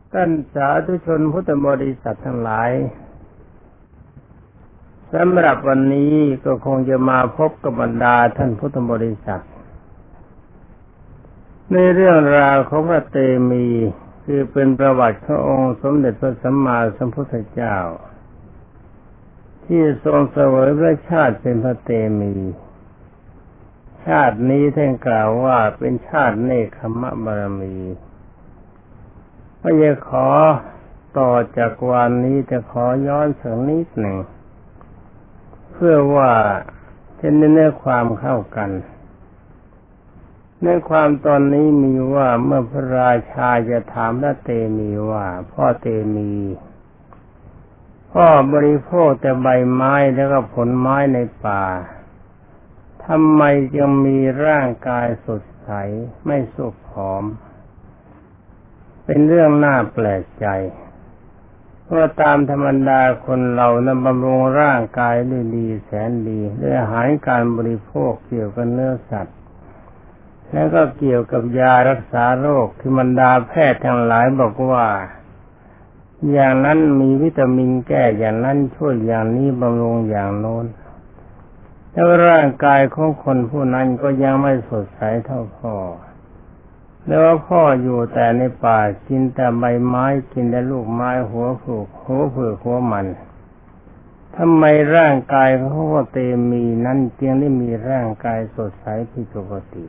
ท่านสาธุชนพุทธบริษัททั้งหลายสำหรับวันนี้ก็คงจะมาพบกับบรรดาท่านพุทธบริษัทในเรื่องราวของพระเตมีคือเป็นประวัติขององค์สมเด็จพระสัมมาสัมพุทธเจ้าที่ทรงเสวยพระชาติเป็นพระเตมีชาตินี้ท่านกล่าวว่าเป็นชาติเนคขมบารมีก็จะขอต่อจากวันนี้จะขอย้อนสักนิดหนึ่งเพื่อว่าจะได้เนื้อความเข้ากันเนื้อความตอนนี้มีว่าเมื่อพระราชาจะถามพระเตมีว่าพ่อเตมีพ่อบริโภคแต่ใบไม้แล้วก็ผลไม้ในป่าทำไมจึงมีร่างกายสดใสไม่สุกผอมเป็นเรื่องน่าแปลกใจเพราะตามธรรมดาคนเรานั้นบำรุงร่างกายด้วยดีแสนดีด้วยอาหารการบริโภคเกี่ยวกับเนื้อสัตว์แล้วก็เกี่ยวกับยารักษาโรคที่บรรดาแพทย์ทั้งหลายบอกว่าอย่างนั้นมีวิตามินแก้อย่างนั้นช่วยอย่างนี้บำรุงอย่างโน้นแล้วร่างกายของคนผู้นั้นก็ยังไม่สดใสเท่าพ่อแล้วพ่ออยู่แต่ในป่ากินแต่ใบไม้กินแต่ลูกไม้หัวผูกหัวมันทำไมร่างกายของพ่อเตมีนั้นจึงได้มีร่างกายสดใสผิดปกติ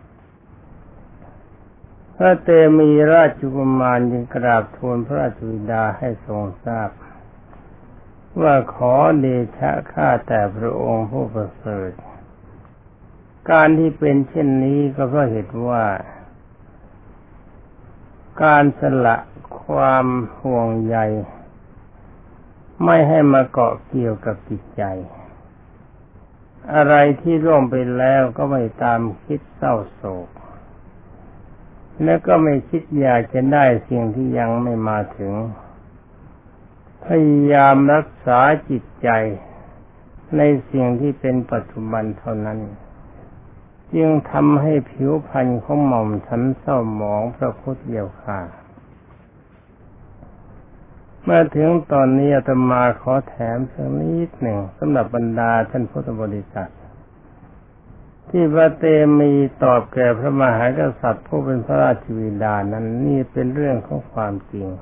พระเตมีราชกุมารจึงกราบทูลพระราชบิดาให้ทรงทราบว่าขอเดชะข้าแต่พระองค์ผู้ประเสริฐการที่เป็นเช่นนี้ก็เพราะเหตุว่าการสละความห่วงใยไม่ให้มาเกาะเกี่ยวกับจิตใจอะไรที่ล่วงไปแล้วก็ไม่ตามคิดเศร้าโศกและก็ไม่คิดอยากจะได้สิ่งที่ยังไม่มาถึงพยายามรักษาจิตใจในสิ่งที่เป็นปัจจุบันเท่านั้นจึงทำให้ผิวพรรณของหม่อมฉันเศร้าหมองพระพุทธเจ้าค่ะเมื่อถึงตอนนี้อาตมาขอแถมสักนิดหนึ่งสำหรับบรรดาท่านพุทธบริษัทที่พระเตมีตอบแก่พระมหากษัตริย์ผู้เป็นพระราชบิดานั้นนี่เป็นเรื่องของความจริง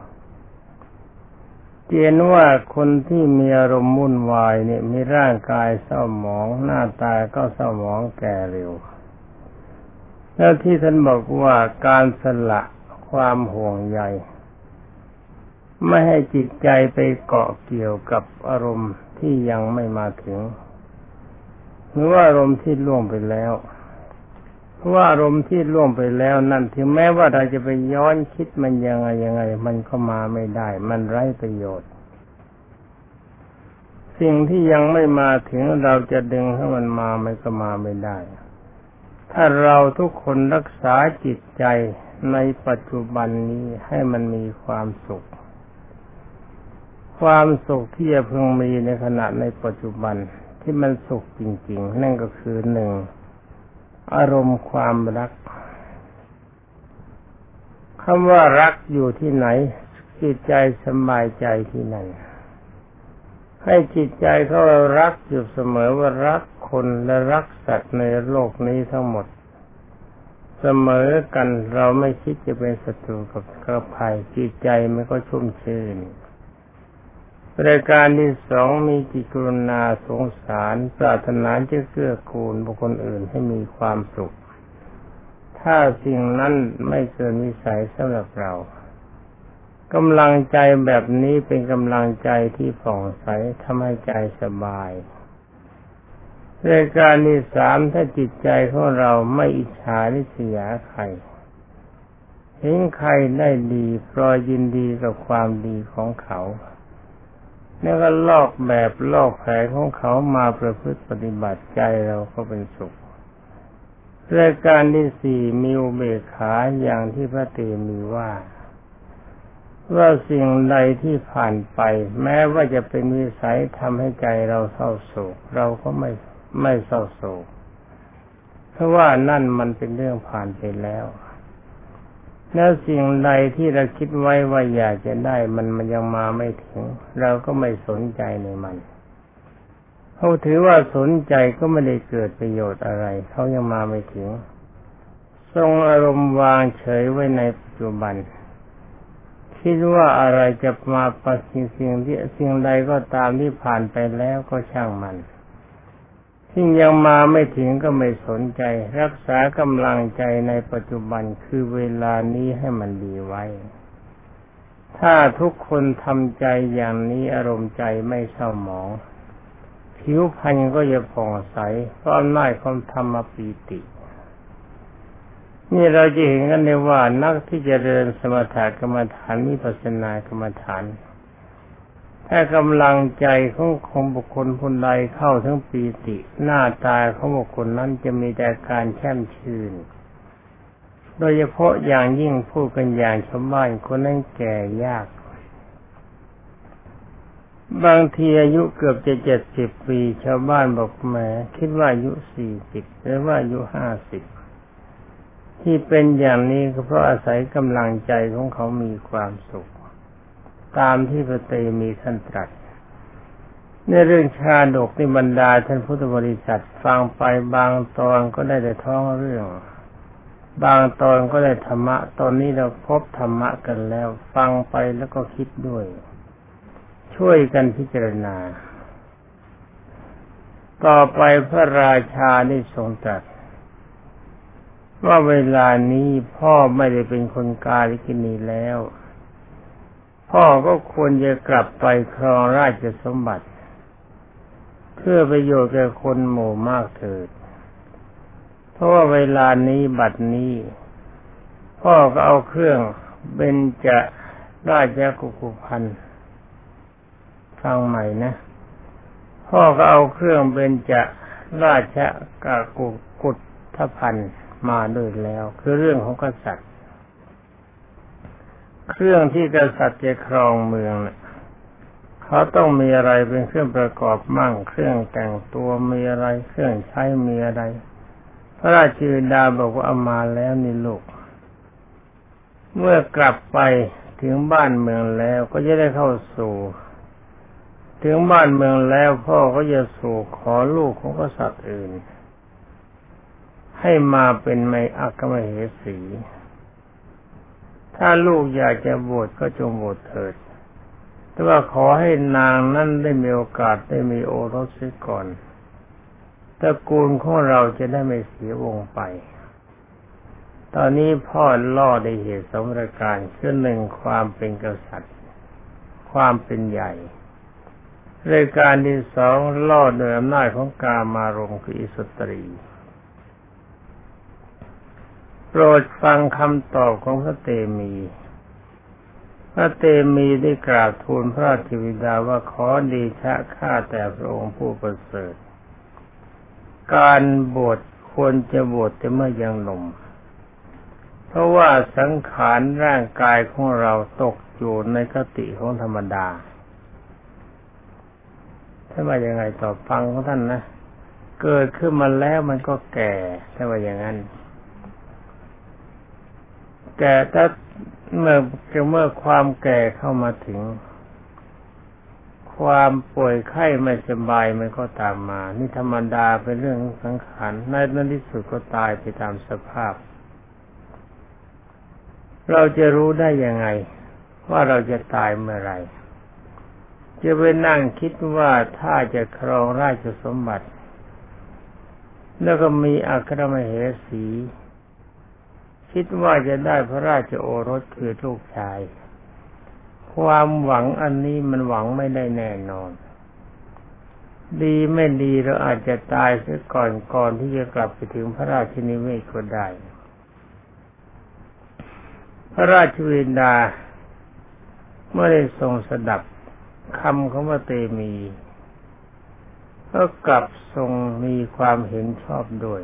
เห็นว่าคนที่มีอารมณ์วุ่นวายเนี่ยมีร่างกายเศร้าหมองหน้าตาก็เศร้าหมองแก่เร็วแล้วที่ท่านบอกว่าการสละความห่วงใยไม่ให้จิตใจไปเกาะเกี่ยวกับอารมณ์ที่ยังไม่มาถึงหรือว่าอารมณ์ที่ล่วงไปแล้วเพราะว่าอารมณ์ที่ล่วงไปแล้วนั่นถึงแม้ว่าเราจะไปย้อนคิดมันยังไงมันก็มาไม่ได้มันไร้ประโยชน์สิ่งที่ยังไม่มาถึงเราจะดึงให้มันมามันก็มาไม่ได้ถ้าเราทุกคนรักษาจิตใจในปัจจุบันนี้ให้มันมีความสุขความสุขที่จะพึงมีในขณะในปัจจุบันที่มันสุขจริงๆนั่นก็คือหนึ่งอารมณ์ความรักคำว่ารักอยู่ที่ไหนจิตใจสบายใจที่นั่นให้จิตใจเขารักอยู่เสมอว่ารักคนและรักสัตว์ในโลกนี้ทั้งหมดเสมอกันเราไม่คิดจะเป็นศัตรูกับใครจิตใจมันก็ชุ่มชื่นรายการที่สองมีจิตกรุณาสงสารปรารถนาจะเกื้อกูลบุคคลอื่นให้มีความสุขถ้าสิ่งนั้นไม่เกินวิสัยสำหรับเรากำลังใจแบบนี้เป็นกำลังใจที่ผ่องใสทำให้ใจสบายรายการที่สามถ้าจิตใจของเราไม่อิจฉาริษยาใครเห็นใครได้ดีพลอยยินดีกับความดีของเขาแล้วก็ลอกแบบลอกแผนของเขามาประพฤติปฏิบัติใจเราก็เป็นสุขรายการที่สี่มีอุเบกขาอย่างที่พระเตมีว่าสิ่งใดที่ผ่านไปแม้ว่าจะเป็นวิสัยทำให้ใจเราเศร้าโศกเราก็ไม่เศร้าโศกเพราะว่านั่นมันเป็นเรื่องผ่านไปแล้วแล้วสิ่งใดที่เราคิดไว้ว่าอยากจะได้มันยังมาไม่ถึงเราก็ไม่สนใจในมันเขาถือว่าสนใจก็ไม่ได้เกิดประโยชน์อะไรเขายังมาไม่ถึงทรงอารมณ์วางเฉยไว้ในปัจจุบันคิดว่าอะไรจะมาประสิ่งใดก็ตามที่ผ่านไปแล้วก็ช่างมันที่ยังมาไม่ถึงก็ไม่สนใจรักษากำลังใจในปัจจุบันคือเวลานี้ให้มันดีไว้ถ้าทุกคนทำใจอย่างนี้อารมณ์ใจไม่เศร้าหมองผิวพรรณก็จะผ่องใสเพราะอำนาจของธรรมปีตินี่เราจะเห็นกันได้ว่านักที่จะเดินสมถกรรมฐานวิปัสสนากรรมฐานถ้ากำลังใจของบุคคลผู้ใดเข้าถึงปีติหน้าตาของบุคคลนั้นจะมีแต่การแช่มชื่นโดยเฉพาะอย่างยิ่งพูดกันอย่างชาวบ้านคนนั้นแก่ยากบางทีอายุเกือบจะ70 ปีชาวบ้านบอกแหมคิดว่าอายุ40หรือว่าอายุ50ที่เป็นอย่างนี้ก็เพราะอาศัยกำลังใจของเขามีความสุขตามที่พระเตมีท่านตรัสในเรื่องชาดกในบรรดาท่านพุทธบริษัทฟังไปบางตอนก็ได้แต่ท้องเรื่องบางตอนก็ได้ธรรมะตอนนี้เราพบธรรมะกันแล้วฟังไปแล้วก็คิดด้วยช่วยกันพิจารณาต่อไปพระราชาได้ทรงตรัสว่าเวลานี้พ่อไม่ได้เป็นคนกาลิกินีแล้วพ่อก็ควรจะกลับไปครองราชสมบัติเพื่อประโยชน์แก่คนหมู่มากเถิดเพราะว่าเวลานี้บัดนี้พ่อก็เอาเครื่องเบญจราชกุคุภัณฑ์ฟังใหม่นะพ่อก็เอาเครื่องเบญจราชกุฏภัณฑ์มาด้วยแล้วคือเรื่องของกษัตริย์เครื่องที่กษัตริย์จะครองเมืองน่ะเขาต้องมีอะไรเป็นเครื่องประกอบมั่งเครื่องแต่งตัวมีอะไรเครื่องใช้มีอะไรพระราชบิดาบอกว่าเอามาแล้วนี่ลูกเมื่อกลับไปถึงบ้านเมืองแล้วก็จะได้เข้าสู่ถึงบ้านเมืองแล้วพ่อก็จะสู่ขอลูกของกษัตริย์อื่นให้มาเป็นไมอัคคมเหสีถ้าลูกอยากจะบวชก็จงบวชเถิดแต่ว่าขอให้นางนั้นได้มีโอกาสได้มีโอรสเสียก่อนตระกูลของเราจะได้ไม่เสียวงไปตอนนี้พ่อล่อได้เหตุสองประการคือหนึ่งความเป็นกษัตริย์ความเป็นใหญ่รายการที่สองล่อโดยอำนาจของกามารมณ์คืออิสตรีโปรดฟังคำตอบของพระเตมีพระเตมีได้กราบทูลพระราชบิดาว่าขอเดชะข้าแต่พระองค์ผู้ประเสริฐการบวชควรจะบวชแต่เมื่อยังหนุ่มเพราะว่าสังขารร่างกายของเราตกอยู่ในคติของธรรมดาถ้าว่ายังไงต่อฟังของท่านนะเกิดขึ้นมาแล้วมันก็แก่ถ้าว่าอย่างนั้นแก่ถ้าเมื่อความแก่เข้ามาถึงความป่วยไข้ไม่สบายมันก็ตามมานี่ธรรมดาเป็นเรื่องสังขารในที่สุดก็ตายไปตามสภาพเราจะรู้ได้ยังไงว่าเราจะตายเมื่อไหร่จะไปนั่งคิดว่าถ้าจะครองราชสมบัติแล้วก็มีอัครมเหสีคิดว่าจะได้พระราชโอรสคือลูกชายความหวังอันนี้มันหวังไม่ได้แน่นอนดีไม่ดีเราอาจจะตายเสียก่อนที่จะกลับไปถึงพระราชนิเวศก็ได้พระราชบิดาเมื่อได้ทรงสดับคำของพระเตมีก็กลับทรงมีความเห็นชอบด้วย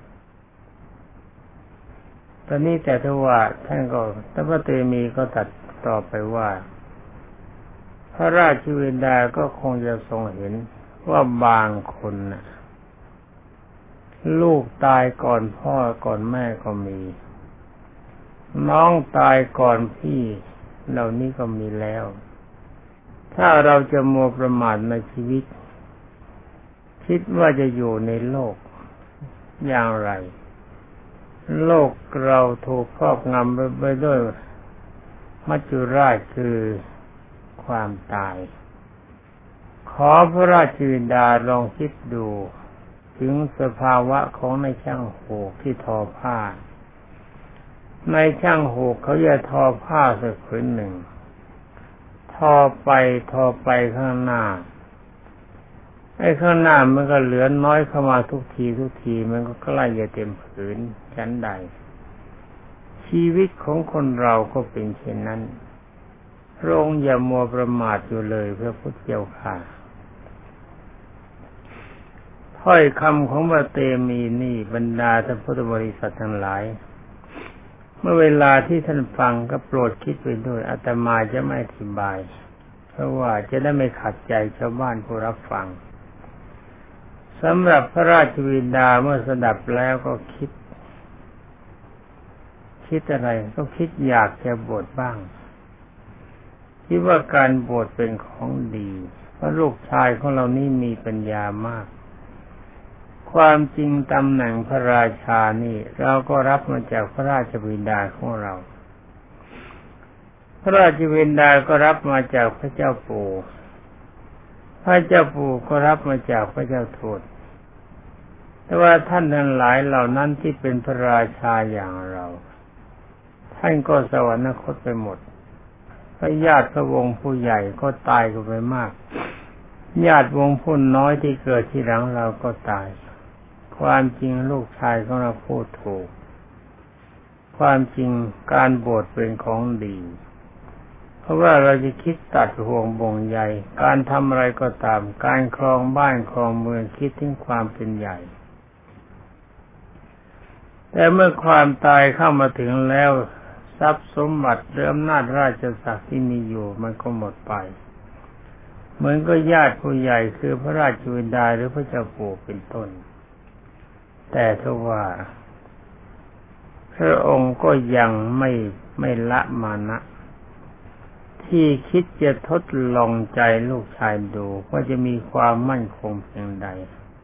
ตอนนี้แต่ถ้าว่าท่านก็พระเตมีก็ตัดต่อไปว่าพระราชบิดาก็คงจะทรงเห็นว่าบางคนน่ะลูกตายก่อนพ่อก่อนแม่ก็มีน้องตายก่อนพี่เหล่านี้ก็มีแล้วถ้าเราจะมัวประมาทในชีวิตคิดว่าจะอยู่ในโลกอย่างไรโลกเราถูกครอบงำไปด้วยมัจจุราชคือความตายขอพระราชบิดาลองคิดดูถึงสภาวะของในช่างโหกที่ทอผ้าในช่างโหกเขาจะทอผ้าสักผืนหนึ่งทอไปข้างหน้าไอ้ข้างหน้ามันก็เหลือน้อยเข้ามาทุกทีมันก็ใกล้จะเต็มผืนชั้นใดชีวิตของคนเราก็เป็นเช่นนั้นพระองค์อย่ามัวประมาทอยู่เลยพระพุทธเจ้าค่ะถ้อยคำของพระเตมีนี่บรรดาท่านพุทธบริษัททั้งหลายเมื่อเวลาที่ท่านฟังก็โปรดคิดไปด้วยอาตมาจะไม่อธิบายเพราะว่าจะได้ไม่ขัดใจชาวบ้านผู้รับฟังสำหรับพระราชบิดาเมื่อสดับแล้วก็คิดอะไรก็คิดอยากจะบวชบ้างคิดว่าการบวชเป็นของดีเพราะลูกชายของเรานี่มีปัญญามากความจริงตำแหน่งพระราชานี่เราก็รับมาจากพระราชบิดาของเราพระราชบิดาก็รับมาจากพระเจ้าปู่พระเจ้าปู่ก็รับมาจากพระเจ้าโทษแต่ว่าท่านทั้งหลายเหล่านั้นที่เป็นพระราชาอย่างเราท่านก็สวรรคตไปหมดพระญาติพระวงศ์ผู้ใหญ่ก็ตายกันไปมากญาติวงศ์ผู้น้อยที่เกิดที่หลังเราก็ตายความจริงลูกชายของเราพูดถูกความจริงการบวชเป็นของดีเพราะว่าเราจะคิดตัดห่วงบ่งใยการทำอะไรก็ตามการครองบ้านครองเมืองคิดถึงความเป็นใหญ่แต่เมื่อความตายเข้ามาถึงแล้วทรัพย์สมบัติหรืออำนาจราชศักดิ์ที่มีอยู่มันก็หมดไปเหมือนก็ญาติผู้ใหญ่คือพระราชบิดาหรือพระเจ้าปู่เป็นต้นแต่ถ้าว่าพระองค์ก็ยังไม่ละมานะที่คิดจะทดลองใจลูกชายดูว่าจะมีความมั่นคงเพียงใด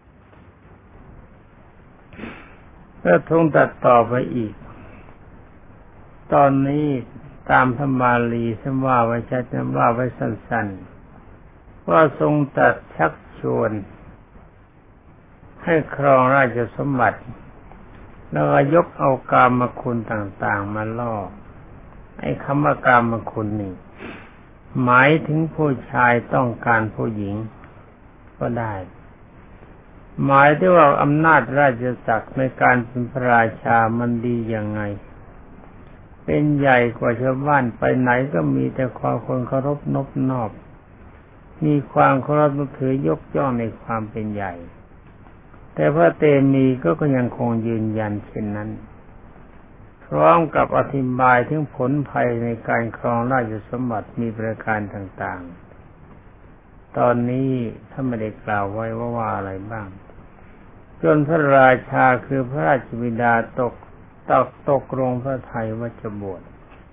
ก็ทรงตัดต่อไปอีกตอนนี้ตามพระบาลีท่านว่าไว้ชัดว่าไว้สั้นๆว่าทรงตัดชักชวนให้ครองราชสมบัติแล้วก็ยกเอากามคุณต่างๆมาล่อไอ้คำว่ากามคุณนี่หมายถึงผู้ชายต้องการผู้หญิงก็ได้หมายถึงว่าอำนาจราชศักดิ์ในการเป็นพระราชามันดียังไงเป็นใหญ่กว่าชาวบ้านไปไหนก็มีแต่ความคนเคารพนบนอบมีความเคารพนับถือยกย่องในความเป็นใหญ่แต่พระเตมีก็ยังคงยืนยันเช่นนั้นพร้อมกับอธิบายถึงผลภัยในการครองราชสมบัติมีประการต่างๆตอนนี้ท่านไม่ได้กล่าวไว้ว่าอะไรบ้างจนพระราชาคือพระราชบิดาตกลงพระทัยว่าจะบวช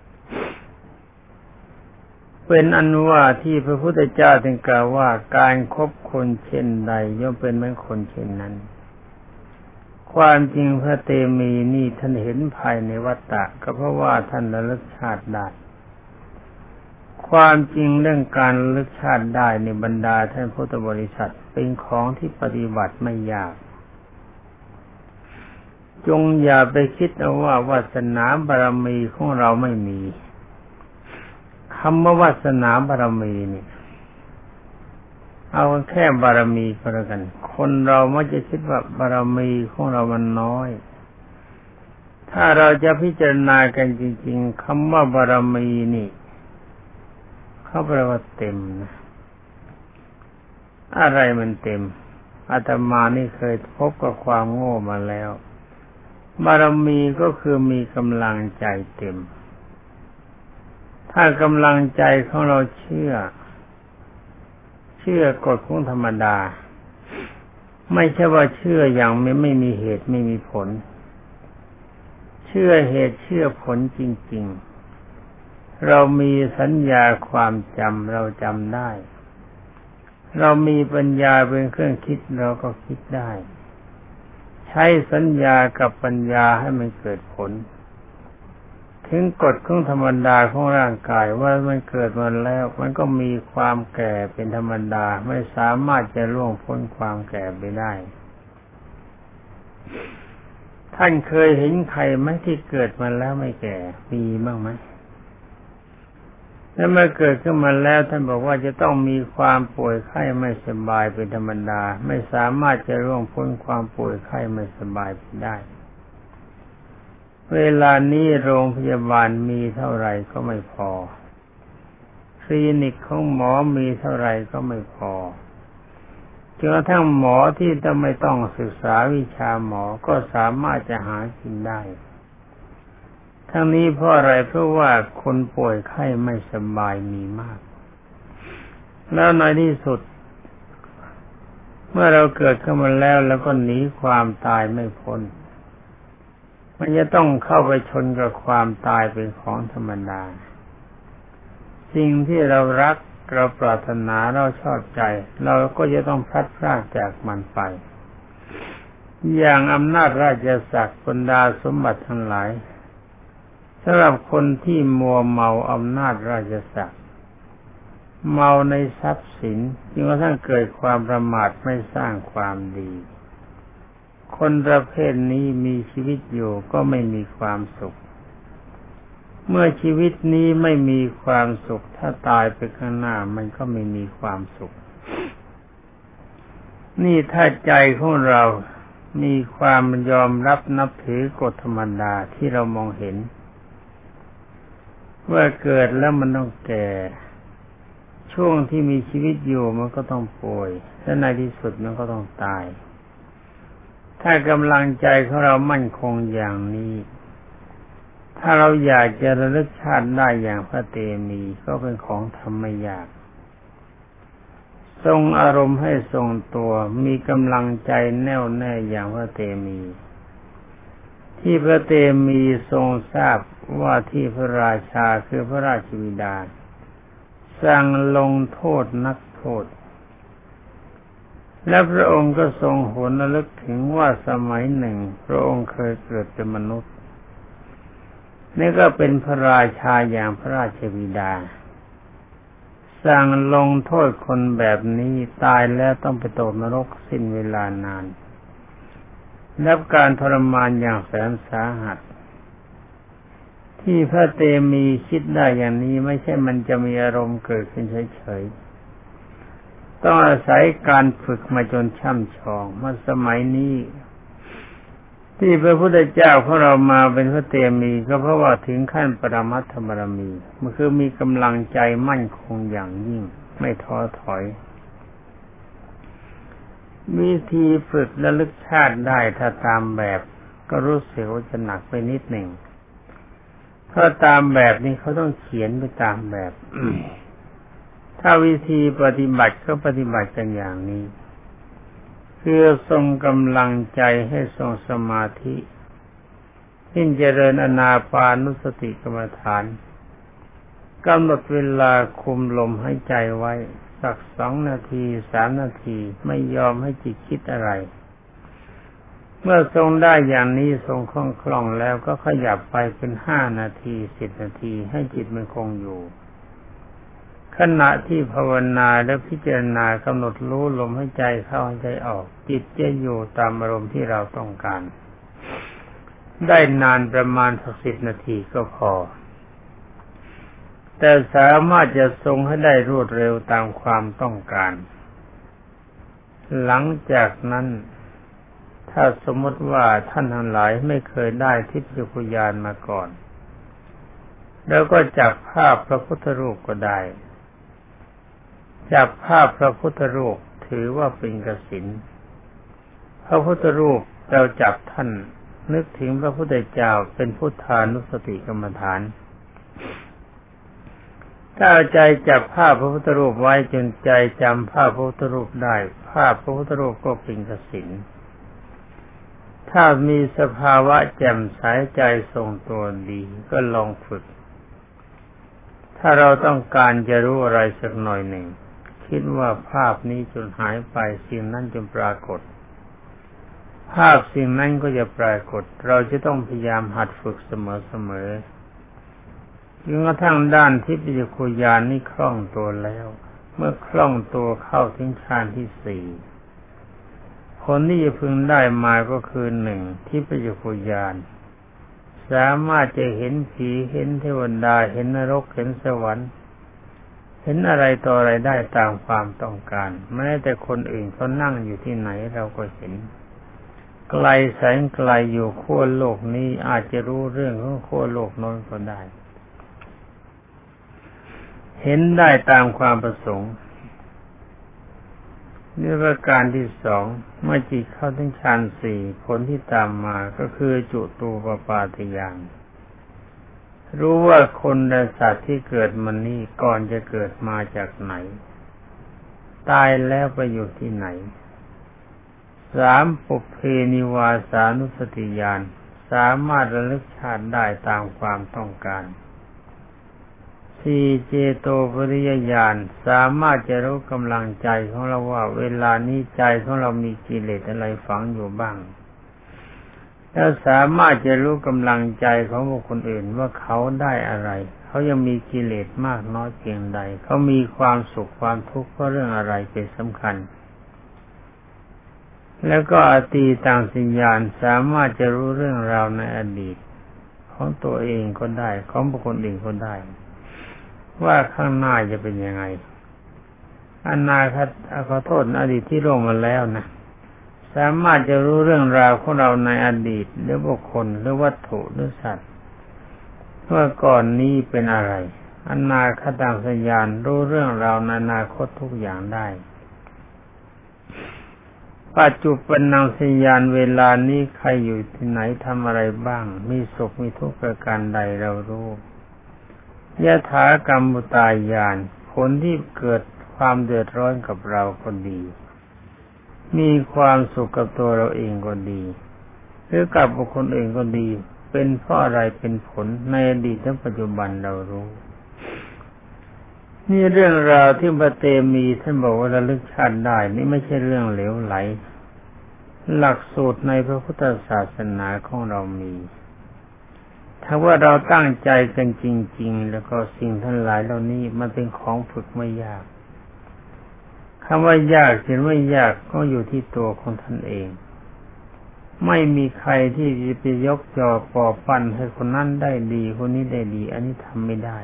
เป็นอันว่าที่พระพุทธเจ้าจึงกล่าวว่าการคบคนเช่นใดย่อมเป็นเหมือนคนเช่นนั้นความจริงพระเตมีนี่ท่านเห็นภายในวัฏฏะก็เพราะว่าท่านระลึกชาติได้ความจริงเรื่องการระลึกชาติได้ในบรรดาท่านพุทธบริษัทเป็นของที่ปฏิบัติไม่ยากจงอย่าไปคิดเอาว่าวาสนาบารมีของเราไม่มีคำว่าวาสนาบารมีนี่เอาแค่บารมีก็แล้วกันคนเรามักจะคิดว่าบารมีของเรามันน้อยถ้าเราจะพิจารณากันจริงๆคำว่าบารมีนี่เขาแปลว่าเต็มนะอะไรมันเต็มอาตมานี่เคยพบกับความโง่มาแล้วบารมีก็คือมีกำลังใจเต็มถ้ากำลังใจของเราเชื่อกฎของธรรมดาไม่ใช่ว่าเชื่ออย่างไม่มีเหตุไม่มีผลเชื่อเหตุเชื่อผลจริงๆเรามีสัญญาความจำเราจำได้เรามีปัญญาเป็นเครื่องคิดเราก็คิดได้ใช้สัญญากับปัญญาให้มันเกิดผลถึงกฎของธรรมดาของร่างกายว่ามันเกิดมาแล้วมันก็มีความแก่เป็นธรรมดาไม่สามารถจะล่วงพ้นความแก่ไปได้ท่านเคยเห็นใครไหมที่เกิดมาแล้วไม่แก่มีบ้างไหมแล้วเมื่อเกิดขึ้นมาแล้วท่านบอกว่าจะต้องมีความป่วยไข้ไม่สบายเป็นธรรมดาไม่สามารถจะล่วงพ้นความป่วยไข้ไม่สบายไปได้เวลานี้โรงพยาบาลมีเท่าไหร่ก็ไม่พอคลินิกของหมอมีเท่าไหร่ก็ไม่พอจนกระทั่งหมอที่จะไม่ต้องศึกษาวิชาหมอก็สามารถจะหากินได้ทั้งนี้เพราะอะไรเพราะว่าคนป่วยไข้ไม่สบายมีมากแล้วในที่สุดเมื่อเราเกิดขึ้นมาแล้วก็หนีความตายไม่พ้นมันจะต้องเข้าไปชนกับความตายเป็นของธรรมดาสิ่งที่เรารักเราปรารถนาเราชอบใจเราก็จะต้องพลัดพรากจากมันไปอย่างอำนาจราชศักดิ์บรรดาสมบัติทั้งหลายสำหรับคนที่มัวเมาอำนาจราชศักดิ์เมาในทรัพย์สินจนกระทั่งเกิดความประมาทไม่สร้างความดีคนประเภทนี้มีชีวิตอยู่ก็ไม่มีความสุขเมื่อชีวิตนี้ไม่มีความสุขถ้าตายไปข้างหน้ามันก็ไม่มีความสุขนี่ถ้าใจของเรามีความยอมรับนับถือกฎธรรมดาที่เรามองเห็นว่าเกิดแล้วมันต้องแก่ช่วงที่มีชีวิตอยู่มันก็ต้องป่วยและในที่สุดมันก็ต้องตายถ้ากำลังใจของเรามั่นคงอย่างนี้ถ้าเราอยากจะระลึกชาติได้อย่างพระเตมีก็เป็นของทำไม่ยากทรงอารมณ์ให้ทรงตัวมีกำลังใจแน่วแน่อย่างพระเตมีที่พระเตมีทรงทราบว่าที่พระราชาคือพระราชบิดาสั่งลงโทษนักโทษและพระองค์ก็ทรงหวนระลึกถึงว่าสมัยหนึ่งพระองค์เคยเกิดเป็นมนุษย์นี่ก็เป็นพระราชาอย่างพระราชบิดาสั่งลงโทษคนแบบนี้ตายแล้วต้องไปตกนรกสิ้นเวลานานรับการทรมานอย่างแสนสาหัสที่พระเตมีคิดได้อย่างนี้ไม่ใช่มันจะมีอารมณ์เกิดขึ้นเฉยๆต้องอาศัยการฝึกมาจนช่ำชองเมื่อสมัยนี้ที่พระพุทธเจ้าของเรามาเป็นพระเตมีก็เพราะว่าถึงขั้นปรมัตถบารมีมันคือมีกำลังใจมั่นคงอย่างยิ่งไม่ท้อถอยวิธีฝึกระลึกชาติได้ถ้าตามแบบก็รู้สึกว่าจะหนักไปนิดหนึ่งเพราะตามแบบนี้เขาต้องเขียนไปตามแบบ ถ้าวิธีปฏิบัติก็ปฏิบัติกันอย่างนี้คือทรงกำลังใจให้ทรงสมาธิที่เจริญอานาปานุสติกรรมฐานกำหนดเวลาคุมลมหายใจไว้สัก2 นาที3 นาทีไม่ยอมให้จิตคิดอะไรเมื่อทรงได้อย่างนี้ทรงคล่องแล้วก็ขยับไปเป็น5 นาที10 นาทีให้จิตมันคงอยู่ขณะที่ภาวนาและพิจารณากำหนดรู้ลมหายใจเข้าหายใจออกจิตจะอยู่ตามอารมณ์ที่เราต้องการได้นานประมาณสัก10 นาทีก็พอแต่สามารถจะทรงให้ได้รวดเร็วตามความต้องการหลังจากนั้นถ้าสมมติว่าท่านทั้งหลายไม่เคยได้ทิพยจักขุญาณมาก่อนแล้วก็จับภาพพระพุทธรูปก็ได้จับภาพพระพุทธรูปถือว่าเป็นกสิณพระพุทธรูปเราจับท่านนึกถึงพระพุทธเจ้าเป็นพุทธานุสติกรรมฐานถ้าใจจับภาพพระพุทธรูปไว้จนใจจำภาพพระพุทธรูปได้ภาพพระพุทธรูปก็เป็นกสิณถ้ามีสภาวะแจ่มใสใจทรงตัวดีก็ลองฝึกถ้าเราต้องการจะรู้อะไรสักหน่อยหนึ่งคิดว่าภาพนี้จนหายไปสิ่งนั้นจนปรากฏภาพสิ่งนั้นก็จะปรากฏเราจะต้องพยายามหัดฝึกเสมอจนกระทั่งด้านทิพยจักขุญาณนี่คล่องตัวแล้วเมื่อคล่องตัวเข้าถึงฌานที่สี่ผลที่จะพึงได้มาก็คือหนึ่งทิพยจักขุญาณสามารถจะเห็นผีเห็นเทวดาเห็นนรกเห็นสวรรค์เห็นอะไรต่ออะไรได้ตามความต้องการแม้แต่คนอื่นเขานั่งอยู่ที่ไหนเราก็เห็นไกลแสนไกลอยู่ขั้วโลกนี้อาจจะรู้เรื่องของขั้วโลกโน้นก็ได้เห็นได้ตามความประสงค์นี่ประการที่สองเมื่อจิตเข้าถึงฌานสี่ผลที่ตามมาก็คือจุตูปปาทญาณรู้ว่าคนและสัตว์ที่เกิดมานี่ก่อนจะเกิดมาจากไหนตายแล้วไปอยู่ที่ไหนสามปุพเพนิวาสานุสติญาณสามารถระลึกชาติได้ตามความต้องการสี่เจโตปริยญาณสามารถจะรู้กำลังใจของเราว่าเวลานี้ใจของเรามีกิเลสอะไรฝังอยู่บ้างแล้วสามารถจะรู้กำลังใจของบุคคลอื่นว่าเขาได้อะไรเขายังมีกิเลสมากน้อยเพียงใดเขามีความสุขความทุกข์เพราะเรื่องอะไรเป็นสำคัญแล้วก็อตีตังสัญญาณสามารถจะรู้เรื่องราวในอดีตของตัวเองก็ได้ของบุคคลอื่นก็ได้ว่าข้างหน้าจะเป็นยังไงอนาคตขอโทษอดีตที่ล่วงมาแล้วนะสามารถจะรู้เรื่องราวของเราในอดีตหรือบุคคลหรือวัตถุหรือสัตว์ว่าก่อนนี้เป็นอะไรอนาคตังสัญญาณรู้เรื่องราวในอนาคตทุกอย่างได้ปัจจุบันนังสัญญาณเวลานี้ใครอยู่ที่ไหนทำอะไรบ้างมีสุขมีทุกข์ประการใดเรารู้ยะถากรรมุตายานผลที่เกิดความเดือดร้อนกับเราก็ดีมีความสุขกับตัวเราเองก็ดีหรือกับบุคคลอื่นก็ดีเป็นเพราะอะไรเป็นผลในอดีตและปัจจุบันเรารู้นี่เรื่องราวที่พระเตมีท่านบอกว่าระลึกชาติได้นี่ไม่ใช่เรื่องเหลวไหลหลักสูตรในพระพุทธศาสนาของเรามีถ้าว่าเราตั้งใจกันจริงๆแล้วก็สิ่งทั้งหลายเหล่านี้มันเป็นของฝึกไม่ยากคำว่ายากหรือไม่ยากก็อยู่ที่ตัวของท่านเองไม่มีใครที่จะไปยกยอปอปั้นให้คนนั้นได้ดีคนนี้ได้ดีอันนี้ทำไม่ได้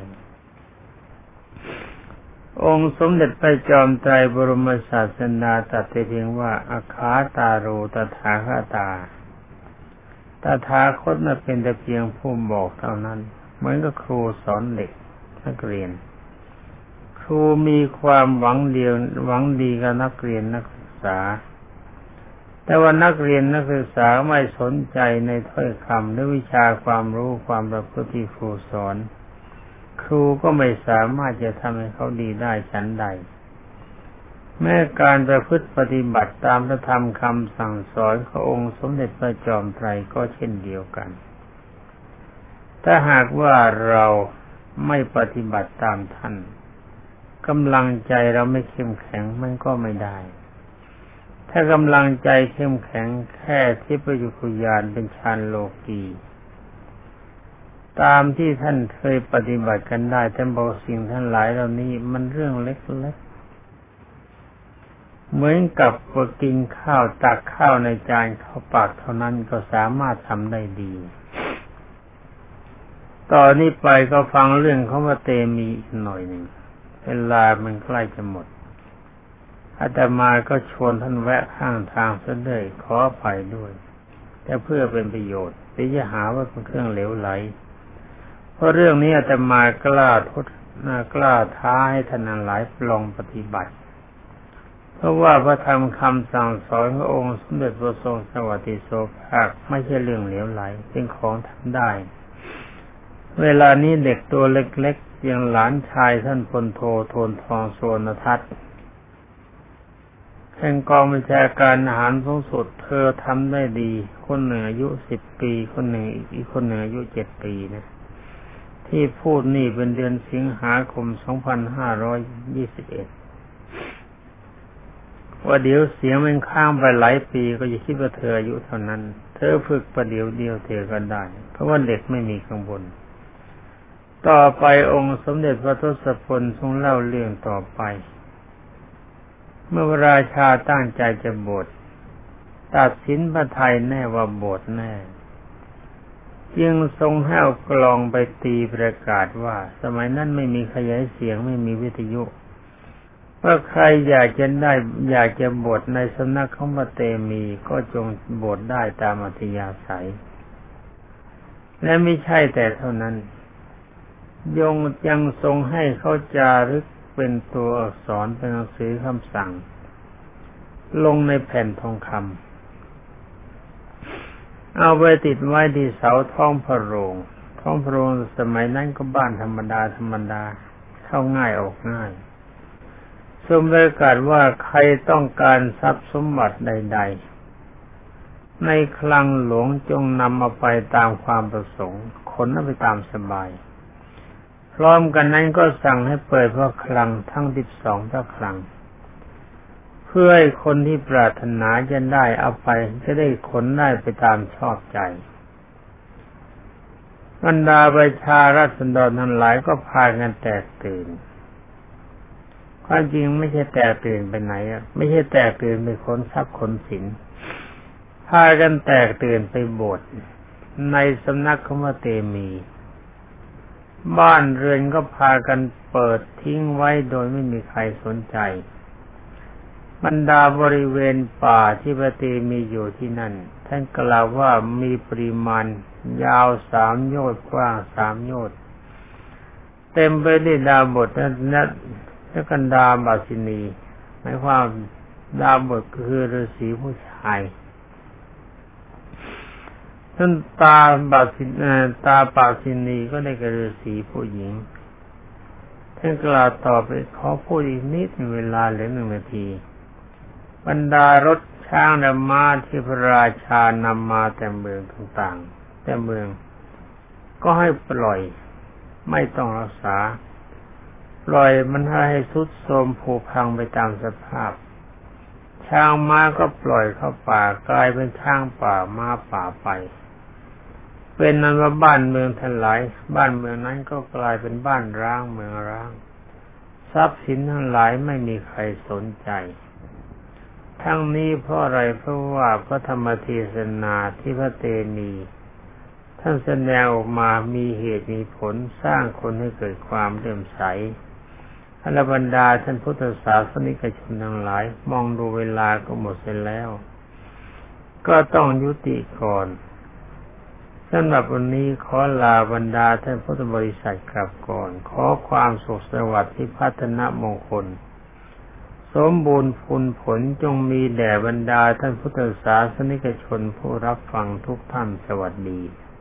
องค์สมเด็จพระจอมไตรบรมศาสดาตรัสเพียงว่าอาคาตาโรตถาคตาตถาคตนั้นเป็นแต่เพียงผู้บอกเท่านั้นเหมือนกับครูสอนเด็กนักเรียนครูมีความหวังดีกับนักเรียนนักศึกษาแต่ว่านักเรียนนักศึกษาไม่สนใจในถ้อยคำหรือวิชาความรู้ความประพฤติที่ครูสอนครูก็ไม่สามารถจะทำให้เขาดีได้ฉันใดแม้การประพฤติปฏิบัติตามพระธรรมคำสั่งสอนขององค์สมเด็จพระจอมไตรก็เช่นเดียวกันถ้าหากว่าเราไม่ปฏิบัติตามท่านกำลังใจเราไม่เข้มแข็งมันก็ไม่ได้ถ้ากำลังใจเข้มแข็งแค่ทิพยจักขุญาณเป็นฌานโลกีตามที่ท่านเคยปฏิบัติกันได้ท่านบอกสิ่งทั้งหลายเหล่านี้มันเรื่องเล็กๆเหมือนกับกินข้าวตักข้าวในจานเข้าปากเท่านั้นก็สามารถทำได้ดีต่อนนี้ไปก็ฟังเรื่องของพระเตมีอีกหน่อยหนึ่งเวลามันใกล้จะหมดอาตมาก็ชวนท่านแวะข้างทางซะเลยขออภัยด้วยแต่เพื่อเป็นประโยชน์ที่จะหาว่าเป็นเครื่องเหลวไหลเพราะเรื่องนี้อาตมากล้าท้าให้ท่านหลายลองปฏิบัติเพราะว่าพระธรรมคำสั่งสอนขององค์สมเด็จพระทรงสวัสดิโสภาคไม่ใช่เรื่องเหลวไหลเป็นของทำได้เวลานี้เด็กตัวเล็กๆอย่างหลานชายท่านพลโทโทนทองโสนทัศน์แห่งกองบัญชาการทหารสูงสุดเธอทำได้ดีคนหนึ่งอายุ10 ปีคนหนึ่งอีกคนหนึ่งอายุ7 ปีนะที่พูดนี่เป็นเดือนสิงหาคม 2521ว่าเดี๋ยวเสียงมันค้างไปหลายปีก็จะคิดว่าเธออายุเท่านั้นเธอฝึกประเดี๋ยวเดียวเธอก็ได้เพราะว่าเด็กไม่มีข้างบนต่อไปองค์สมเด็จพระทศพลทรงเล่าเรื่องต่อไปเมื่อพระราชาตั้งใจจะบวชตัดสินพระทัยแน่ว่าบวชแน่จึงทรงให้เอากลองไปตีประกาศว่าสมัยนั้นไม่มีขยายเสียงไม่มีวิทยุว่าใครอยากจะบวชในสำนักของพระเตมีก็จงบวชได้ตามอัธยาศัยและไม่ใช่แต่เท่านั้นยังทรงให้เขาจารึกเป็นตัวอักษรเป็นหนังสือคำสั่งลงในแผ่นทองคำเอาไปติดไว้ที่เสาท้องพระโรงสมัยนั้นก็บ้านธรรมดาเข้าง่ายออกง่ายทรงประกาศว่าใครต้องการทรัพย์สมบัติใดๆในคลังหลวงจงนำมาไปตามความประสงค์ขนไปตามสบายพร้อมกันนั้นก็สั่งให้เปิดพระคลังทั้ง12พระคลังเพื่อให้คนที่ปรารถนาจะได้เอาไปจะได้ขนได้ไปตามชอบใจบรรดาประชาราษฎรทั้งหลายก็พากันแตกตื่นความจริงไม่ใช่แตกตื่นไปไหนไม่ใช่แตกตื่นไปค้นทรัพย์ขนสินพากันแตกตื่นไปบวชในสำนักของพระเตมีบ้านเรือนก็พากันเปิดทิ้งไว้โดยไม่มีใครสนใจบรรดาบริเวณป่าที่พระเตมีอยู่ที่นั่นท่านกล่าวว่ามีปริมาณยาว3 โยชน์กว้าง3 โยชน์เต็มไปด้วยดาบทและกันดาบสินีหมายความดาบทคือฤาษีผู้ชายท่านตาปาสินีก็ได้กับฤาษีผู้หญิงท่านกล่าวต่อไปขอพูดอีกนิดเวลาเหลือ1 นาทีบรรดารถช้างและม้าที่พระราชานำมาแต่เมืองต่างๆแต่เมืองก็ให้ปล่อยไม่ต้องรักษาปล่อยมันให้ทรุดโทรมผุพังไปตามสภาพช้างม้าก็ปล่อยเข้าป่ากลายเป็นช้างป่าม้าป่าไปเป็นนั้นว่าบ้านเมืองทั้งหลายบ้านเมืองนั้นก็กลายเป็นบ้านร้างเมืองร้างทรัพย์สินทั้งหลายไม่มีใครสนใจทั้งนี้เพราะอะไรเพราะว่าพระธรรมเทศนาที่พระเตมีท่านแสดงออกมามีเหตุมีผลสร้างคนให้เกิดความเลื่อมใสอรบรรดาท่านพุทธศาสนิกชนทั้งหลายมองดูเวลาก็หมดเสียแล้วก็ต้องยุติก่อนสำหรับวันนี้ขอลาบรรดาท่านพุทธบริษัทกลับก่อนขอความสุขสวัสดิ์ที่พัฒนมงคลสมบูรณ์ผลจงมีแด่บรรดาท่านพุทธศาสนิกชนผู้รับฟังทุกท่านสวัสดี